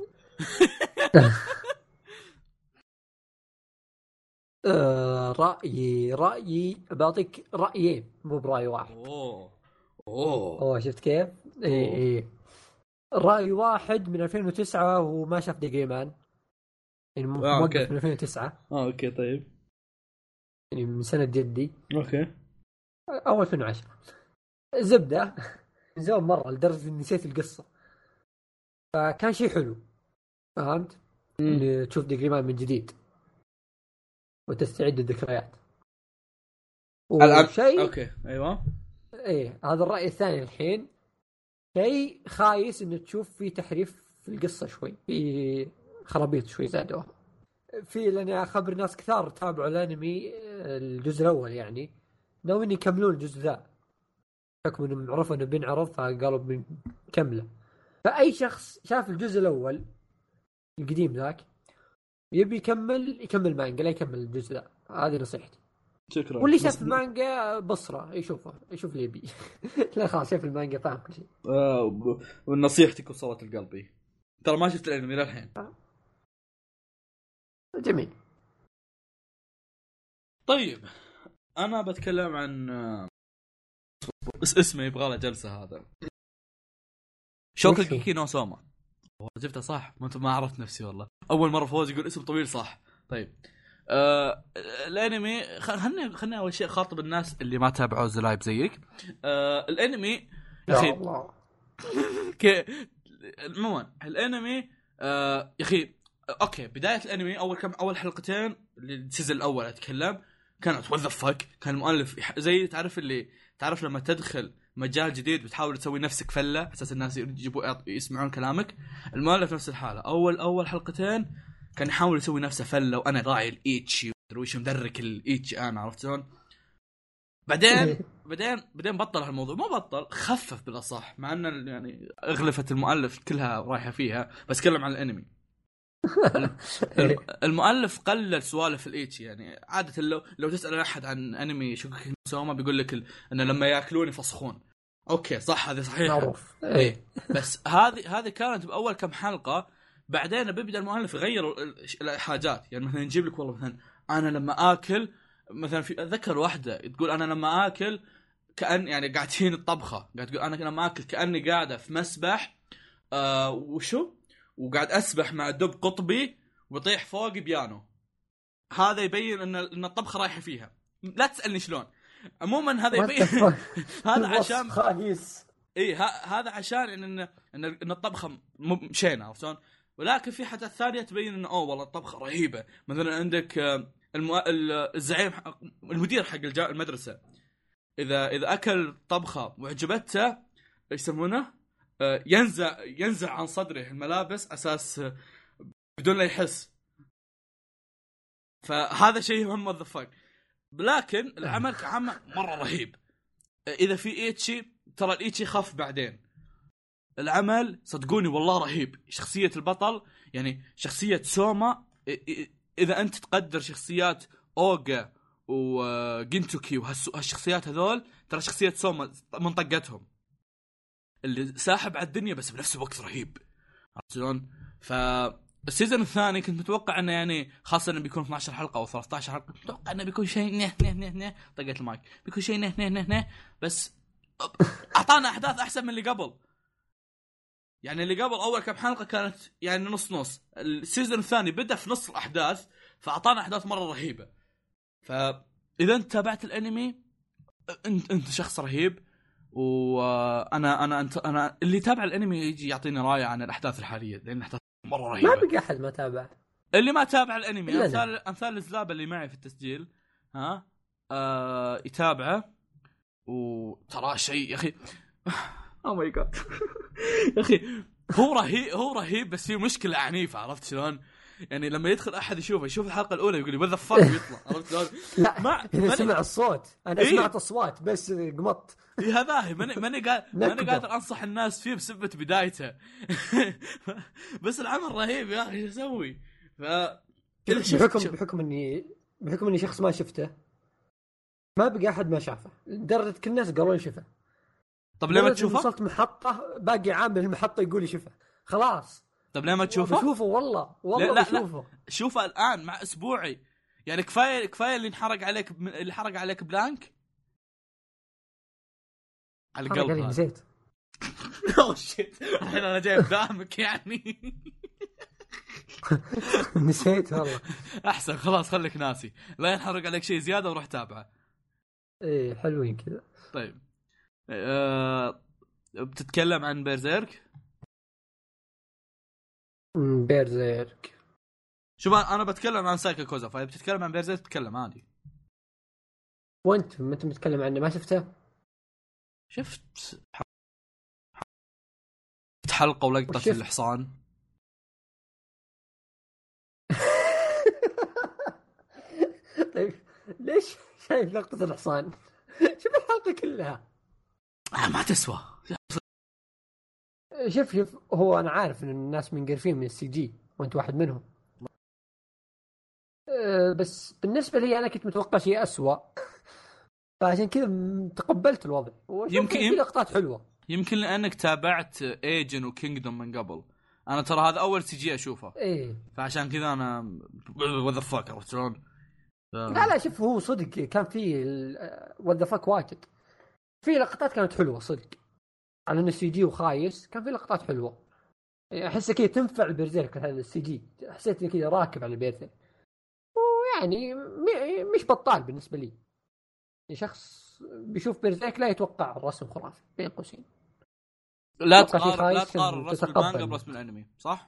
[SPEAKER 1] آه رأيي رأيي بعطيك رأيين مو برأي واحد.
[SPEAKER 2] اوه اوه
[SPEAKER 1] اوه شفت كيف؟ اي اي رأي واحد من ألفين وتسعة وما شاف ديجيمان يعني موقف من ألفين وتسعة.
[SPEAKER 2] اه اوكي طيب
[SPEAKER 1] يعني من سنة جدي
[SPEAKER 2] اوكي
[SPEAKER 1] أو ألفين وعشرة. زبدة زود مرة لدرجة إني نسيت القصة فكان شيء حلو فهمت؟ إني تشوف ديجيمان من جديد وتستعيد الذكريات وشيء
[SPEAKER 2] اوكي ايوه
[SPEAKER 1] ايه هذا الرأي الثاني. الحين شيء خايس انه تشوف في تحريف في القصة شوي في خرابيط شوي زادوها في لاني اخبر ناس كثار تابعوا الانمي الجزء الاول يعني ناويين يكملون الجزء ذا حكم انهم عرفوا انه بينعرض فقالوا بنكمله. فاي شخص شاف الجزء الاول القديم ذاك يبي يكمل يكمل مانجا لا يكمل الجزء ذا. هذه نصيحتي.
[SPEAKER 2] شكرا.
[SPEAKER 1] واللي شاف المانجا بصرة يشوفه يشوف اللي يبي. لا خلاص شاف المانجا فاهم كل شيء.
[SPEAKER 2] آه ونصيحتك وصلت القلبي ترى ما شفت الانمي للحين.
[SPEAKER 1] جميل.
[SPEAKER 2] طيب انا بتكلم عن اسمه يبغى له جلسه هذا شوكوكي نو سوما. جبتها صح ما انت ما عرفت نفسي والله اول مره فوز يقول اسم طويل صح. طيب آه الانمي خلني خلني اول شيء خاطب الناس اللي ما تابعوا زلايب زيك. آه الانمي
[SPEAKER 1] يا اخي الله
[SPEAKER 2] ك عموما الانمي آه يا اخي اوكي بدايه الانمي اول كم اول حلقتين السيزون الاول اتكلم كانت وذا فك. كان المؤلف زي تعرف اللي تعرف لما تدخل مجال جديد بتحاول تسوي نفسك فله اساس الناس يجيبوا يسمعون كلامك. المؤلف نفس الحاله اول اول حلقتين كان يحاول يسوي نفسه فله وانا راعي الايتشي وش مدرك الايتشي انا عرفت شلون. بعدين بعدين بعدين بطل هالموضوع مو بطل خفف بالاصح مع ان يعني اغلفه المؤلف كلها رايحه فيها بس كلم عن الانمي. المؤلف قلل سوالف الايتشي يعني عاده لو لو تسال احد عن انمي شوكوكي سوما بيقول لك ان لما ياكلون يفسخون. اوكي صح هذه صحيحه
[SPEAKER 1] معروف
[SPEAKER 2] ايه بس هذه هذه كانت باول كم حلقه. بعدين بيبدا المؤلف يغير الحاجات يعني مثلا نجيب لك والله مثلا انا لما اكل مثلا في اتذكر واحده تقول انا لما اكل كأن يعني قاعدين الطبخه قاعد تقول انا لما اكل كاني قاعده في مسبح آه وشو وقاعد اسبح مع دب قطبي ويطيح فوق بيانو. هذا يبين ان ان الطبخه رايحه فيها. لا تسالني شلون عموما هذا يبين هذا عشان
[SPEAKER 1] خايس.
[SPEAKER 2] اي هذا عشان ان ان ان الطبخه مشينا عرفتون. ولكن في حاجات ثانيه تبين انه اوه والله الطبخه رهيبه. مثلا عندك المو... الزعيم المدير حق المدرسه اذا اذا اكل طبخه وعجبته يسمونه ينزع ينزع عن صدره الملابس اساس بدون لا يحس. فهذا شيء مهم الضفاق. لكن العمل كعمل مره رهيب. اذا في ايتشي ترى الايتشي خف بعدين. العمل صدقوني والله رهيب. شخصيه البطل يعني شخصيه سوما، اذا انت تقدر شخصيات اوغا وجينتوكي وهالشخصيات هذول، ترى شخصيه سوما منطقتهم اللي ساحب على الدنيا بس بنفس الوقت رهيب. عرفت شلون؟ فالسيزون الثاني كنت متوقع انه يعني خاصه انه بيكون اثناشر حلقه او ثلاثة عشر حلقه، متوقع انه بيكون شيء نه نه نه نه طقت المايك بيكون شيء نه نه نه نه بس اعطانا احداث احسن من اللي قبل. يعني اللي قبل اول كم حلقه كانت يعني نص نص. السيزون الثاني بدا في نص الاحداث فاعطانا احداث مره رهيبه. فاذا انت تابعت الانمي انت انت شخص رهيب. وانا انا انت انا اللي تابع الانمي يجي يعطيني رايه عن الاحداث الحاليه لان الاحداث مره رهيبه.
[SPEAKER 1] ما بقى احد ما تابع.
[SPEAKER 2] اللي ما تابع الانمي امثال امثال الزلابه اللي معي في التسجيل ها آه يتابعه. وترى شيء يا اخي او ماي جاد يا اخي هو رهيب هو رهيب بس في مشكله عنيفه. عرفت شلون؟ يعني لما يدخل احد يشوفه يشوف الحلقه الاولى يقول لي وذا فاك ويطلع. عرفت شلون؟
[SPEAKER 1] لا ما اذا سمع الصوت انا إيه؟ سمعت اصوات بس قمط.
[SPEAKER 2] إيه هذا ماني ماني قادر ماني قادر انصح الناس فيه بسبه بدايته. بس العمل رهيب يا اخي ايش اسوي؟ ف
[SPEAKER 1] بحكم بحكم اني بحكم اني شخص ما شفته ما بقى احد ما شافه لدرجه كل الناس قالوا لي شفه.
[SPEAKER 2] طب ليه ما تشوفه؟
[SPEAKER 1] وصلت محطه باقي عامل المحطه يقول لي شفه خلاص.
[SPEAKER 2] طب ليه ما تشوفه؟
[SPEAKER 1] بشوفه والله والله
[SPEAKER 2] لا
[SPEAKER 1] بشوفه.
[SPEAKER 2] لا شوفه الان مع اسبوعي يعني كفايه كفايه اللي انحرق عليك اللي حرق عليك بلانك على القلب.
[SPEAKER 1] نسيت.
[SPEAKER 2] اوه شيت الحين انا جاي بدامك يعني.
[SPEAKER 1] نسيت والله.
[SPEAKER 2] احسن خلاص خليك ناسي لا ينحرق عليك شيء زياده وروح تابعه.
[SPEAKER 1] ايه حلوين كذا.
[SPEAKER 2] طيب أه... بتتكلم عن بيرزيرك؟
[SPEAKER 1] بيرزيرك
[SPEAKER 2] شوف انا بتكلم عن سايكا كوزا فاذا بتتكلم عن بيرزيرك تتكلم عادي.
[SPEAKER 1] وانت انت متكلم عنه ما شفته؟
[SPEAKER 2] شفت حلقه ولقطه في الحصان.
[SPEAKER 1] طيب ليش شايف لقطه الحصان؟ شوف الحلقه كلها
[SPEAKER 2] آه ما تسوى.
[SPEAKER 1] شوف شوف هو انا عارف ان الناس منقرفين من السي جي وانت واحد منهم أه بس بالنسبه لي انا كنت متوقع شيء أسوأ فعشان كذا تقبلت الوضع.
[SPEAKER 2] يمكن
[SPEAKER 1] في لقطات حلوه
[SPEAKER 2] يمكن لانك تابعت ايجن وكينجدوم من قبل. انا ترى هذا اول سي جي اشوفه
[SPEAKER 1] ايه
[SPEAKER 2] فعشان كذا انا وذا فاك. عرفت شلون؟ ف...
[SPEAKER 1] لا لا شوف هو صدق كان في وذا فاك واجد. في لقطات كانت حلوه صدق على ان السي جي وخايس. كان في لقطات حلوه احس كذا تنفع البيرزيرك هذا السي جي. حسيت كذا راكب على البيرزيرك ويعني مش بطال بالنسبه لي. شخص بيشوف بيرزيرك لا يتوقع الرسم خرافي بين قوسين.
[SPEAKER 2] لا تقارن لا تقارن رسم المانجا برسم الانمي صح؟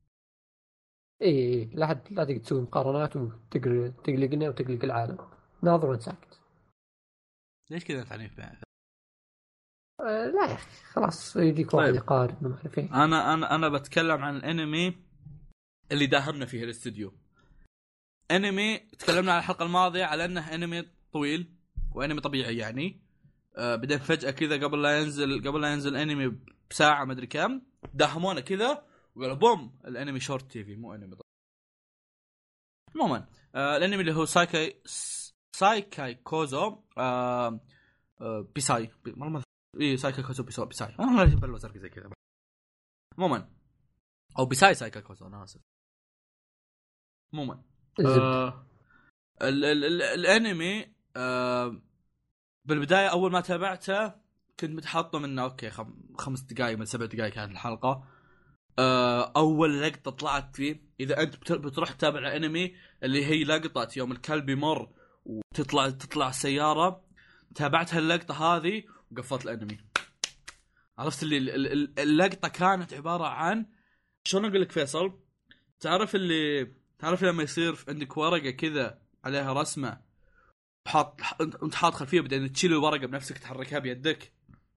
[SPEAKER 1] ايه لا حد لا تقدر تسوي مقارنات وتقلق تقلقنا وتقلق العالم. ناظر وانت ساكت.
[SPEAKER 2] ليش كذا عنيف بعد؟
[SPEAKER 1] أه لا يا اخي خلاص يجيك واحد يقارن ما اعرف ايه.
[SPEAKER 2] انا انا انا بتكلم عن الانمي اللي داهمنا فيه الاستوديو. انمي تكلمنا على الحلقه الماضيه على انه انمي طويل وانمي طبيعي يعني آه بعدين فجاه كذا قبل لا ينزل قبل لا ينزل انمي بساعه ما ادري كم داهمونا كذا وقالوا بوم الانمي شورت تي في مو انمي. عموما آه الانمي اللي هو سايكاي سايكاي كوزو آه آه بيساي والله ايه سايكاي كوزو بيساي بيساي انا لا بلو زي كذا. عموما او بيساي سايكاي كوزو انا اسف. عموما آه ال ال ال الانمي آه بالبدايه اول ما تابعته كنت متحطم انه اوكي خم خمس دقائق من سبع دقائق كانت الحلقه. آه اول لقطه طلعت فيه اذا انت بتروح تتابع الانمي اللي هي لقطه يوم الكلب يمر وتطلع تطلع سياره تابعت هاللقطه هذه وقفلت الانمي. عرفت اللي اللقطه كانت عباره عن شلون اقول لك فيصل، تعرف اللي تعرف لما يصير عندك ورقه كذا عليها رسمه حاط انت حاط خلفيه بعدين تشيل الورقه بنفسك تحركها بيدك.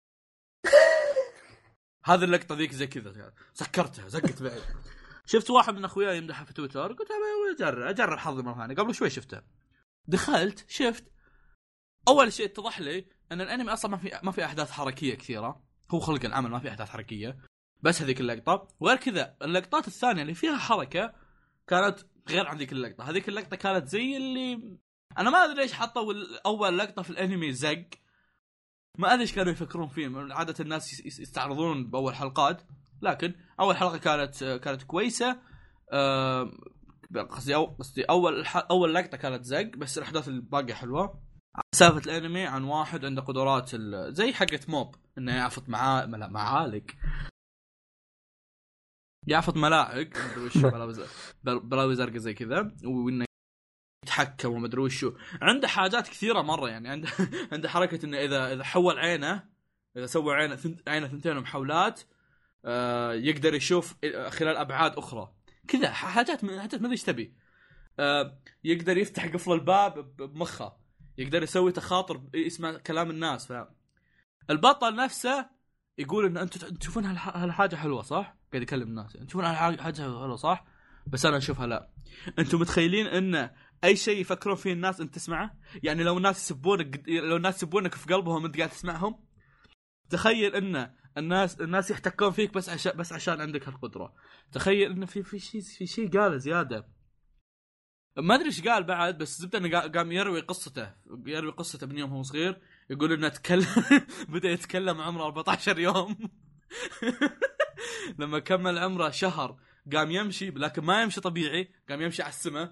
[SPEAKER 2] هذه اللقطه ذيك زي كذا سكرتها زقت بعد. شفت واحد من اخوياي يمدحها في تويتر قلت اجرب اجرب حظي مره ثانيه. قبل شوي شفته دخلت شفت اول شيء اتضح لي ان الانمي اصلا ما في ما في احداث حركيه كثيره، هو خلق العمل ما في احداث حركيه بس هذيك اللقطه. وغير كذا اللقطات الثانيه اللي فيها حركه كانت غير عن ذيك اللقطه. هذيك اللقطه كانت زي اللي انا ما ادري ليش حطوا اول لقطه في الانمي زق، ما ادري ايش كانوا يفكرون فيه. عاده الناس يستعرضون باول حلقات، لكن اول حلقه كانت كانت كويسه. أه قصدي قصدي اول اول لقطه كانت زق بس الاحداث الباقيه حلوه. سالفه الانمي عن واحد عنده قدرات زي حقه موب انه يعفط مع معالق يعفط ملاعق وش بلاوي زرقاء زي كذا، وانه يتحكم وما ادري وشو. عنده حاجات كثيره مره يعني عنده عنده حركه انه اذا اذا حول عينه اذا سوى عينه ثنت عينه ثنتين محاولات آه يقدر يشوف خلال ابعاد اخرى كذا. حاجات حاجات ما ادري ايش تبي. آه يقدر يفتح قفل الباب بمخه، يقدر يسوي تخاطر يسمع كلام الناس. فالبطل نفسه يقول ان انتم تشوفون هالحاجه حلوه صح، قاعد يكلم الناس يعني تشوفون هالحاجه حلوه صح بس انا اشوفها لا. انتم متخيلين ان اي شيء يفكرون فيه الناس انت تسمعه؟ يعني لو الناس يسبونك لو الناس يسبونك في قلبهم انت قاعد تسمعهم. تخيل ان الناس الناس يحتكون فيك بس عشان بس عشان عندك هالقدره. تخيل ان في في شيء في شيء قال زياده ما ادري ايش قال بعد، بس زبده انه قام يروي قصته يروي قصته من يوم هو صغير. يقول انه تكلم بدا يتكلم عمره أربعة عشر يوم لما كمل عمره شهر قام يمشي لكن ما يمشي طبيعي، قام يمشي على السماء.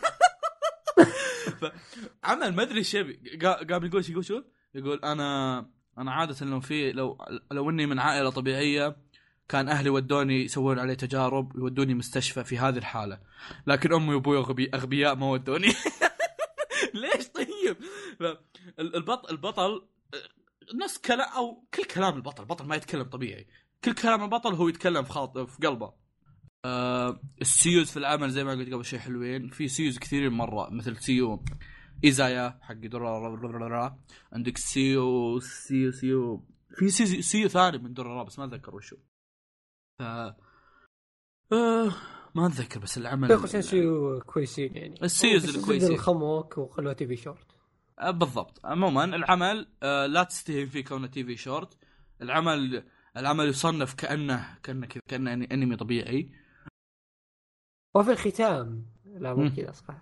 [SPEAKER 2] عمل ما ادري شيء قام يقول شو يقول شو يقول انا انا عاده لو في لو لو اني من عائله طبيعيه كان اهلي ودوني يسوون علي تجارب يودوني مستشفى في هذه الحاله، لكن امي وابوي غبي اغبياء ما ودوني. ليش طيب؟ البطل البطل نفس كلام او كل كلام البطل البطل ما يتكلم طبيعي. كل كلام البطل هو يتكلم في خاطر في قلبه. آه السيوز في العمل زي ما قلت قبل شيء حلوين. في سيوز كثيرين مره مثل سيو إيزايا حق درارا، عندك سيو سيو سيو في سيو, سيو ثاني من درارا بس ما أتذكر وشو. ف آه ما أتذكر بس العمل
[SPEAKER 1] تقصد سيو كويسين يعني
[SPEAKER 2] السيوز الكويسين
[SPEAKER 1] الخموك وخلوه تي في شورت.
[SPEAKER 2] آه بالضبط. عموما العمل آه لا تستهين فيه كونه تي في شورت. العمل العمل يصنف كأنه كأنه كذا كأنه أنمي طبيعي.
[SPEAKER 1] وفي الختام لا مو كذا صح.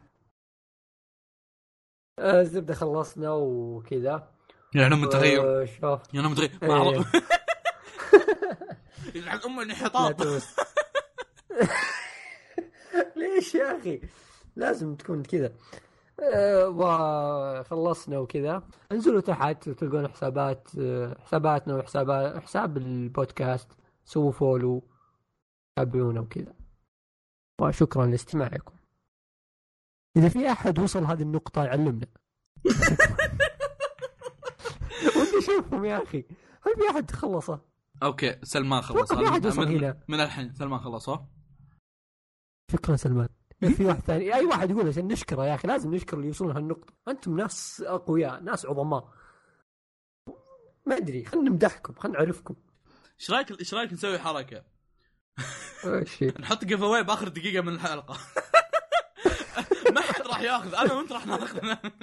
[SPEAKER 1] الزبدة خلصنا وكذا
[SPEAKER 2] يعني متغير
[SPEAKER 1] شوف
[SPEAKER 2] يعني متغير ما أعرف يلعن أمه انحطاط.
[SPEAKER 1] ليش يا أخي لازم تكون كذا. أه وخلصنا وكذا. انزلوا تحت تلقون حسابات حساباتنا وحسابات حساب البودكاست، سووا فولو تابعونا وكذا. وشكرا لاستماعكم. إذا في أحد وصل هذه النقطة يعلمنا. وانت شوفهم يا أخي هل في أحد خلصه؟
[SPEAKER 2] أوكي سلمان خلصه من, من الحين. سلمان خلصه.
[SPEAKER 1] شكرا سلمان. في واحد ثاني أي واحد يقول عشان نشكره يا أخي لازم نشكر اللي يوصلون هالنقطة. أنتم ناس أقوياء ناس عظماء. ما أدري خلنا نمدحكم خلنا نعرفكم.
[SPEAKER 2] إيش رأيك إيش رأيك نسوي حركة؟ نحط جيف أواي بآخر دقيقة من الحلقة. ما حد راح ياخذ انا وانت راح ناخذ.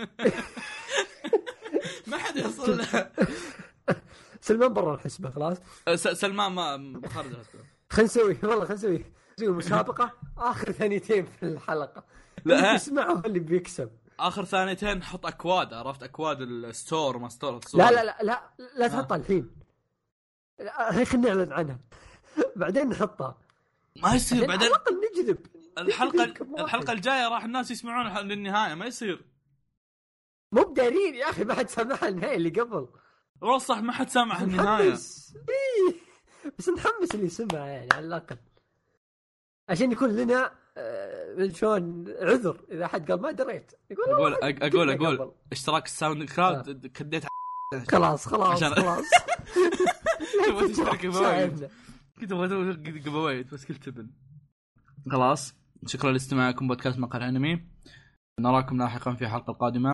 [SPEAKER 2] ما حد يوصل له.
[SPEAKER 1] سلمان برا الحسبه خلاص.
[SPEAKER 2] سلمان ما خارج الحسبه.
[SPEAKER 1] خلينا نسوي والله خلينا نسوي نسوي مسابقه اخر ثانيتين في الحلقه.
[SPEAKER 2] لا
[SPEAKER 1] اسمعوا اللي بيكسب
[SPEAKER 2] اخر ثانيتين نحط اكواد. عرفت اكواد الستور ما ستور.
[SPEAKER 1] لا لا لا لا لا تحطها الحين. هي خلينا نعلن عنها بعدين نحطها.
[SPEAKER 2] ما يصير بعدين
[SPEAKER 1] نجذب
[SPEAKER 2] الحلقه الحلقه الجايه راح الناس يسمعون للنهايه. ما يصير
[SPEAKER 1] مو بدارين يا اخي ما حد سمعها النهايه اللي قبل.
[SPEAKER 2] والله صح ما حد سمع النهايه.
[SPEAKER 1] إيه. بس نحمس اللي يسمع يعني على الاقل عشان يكون لنا آه شلون عذر اذا حد قال ما دريت.
[SPEAKER 2] يقول اقول اقول, أقول اشتراك الساوند كلاود كديت
[SPEAKER 1] خلاص خلاص
[SPEAKER 2] عشان...
[SPEAKER 1] خلاص
[SPEAKER 2] تبغى تشترك بوايد كنت ابغى بوايد بس قلت ابن. خلاص شكرا لاستماعكم بودكاست مقهى الانمي، نراكم لاحقا في حلقة قادمة.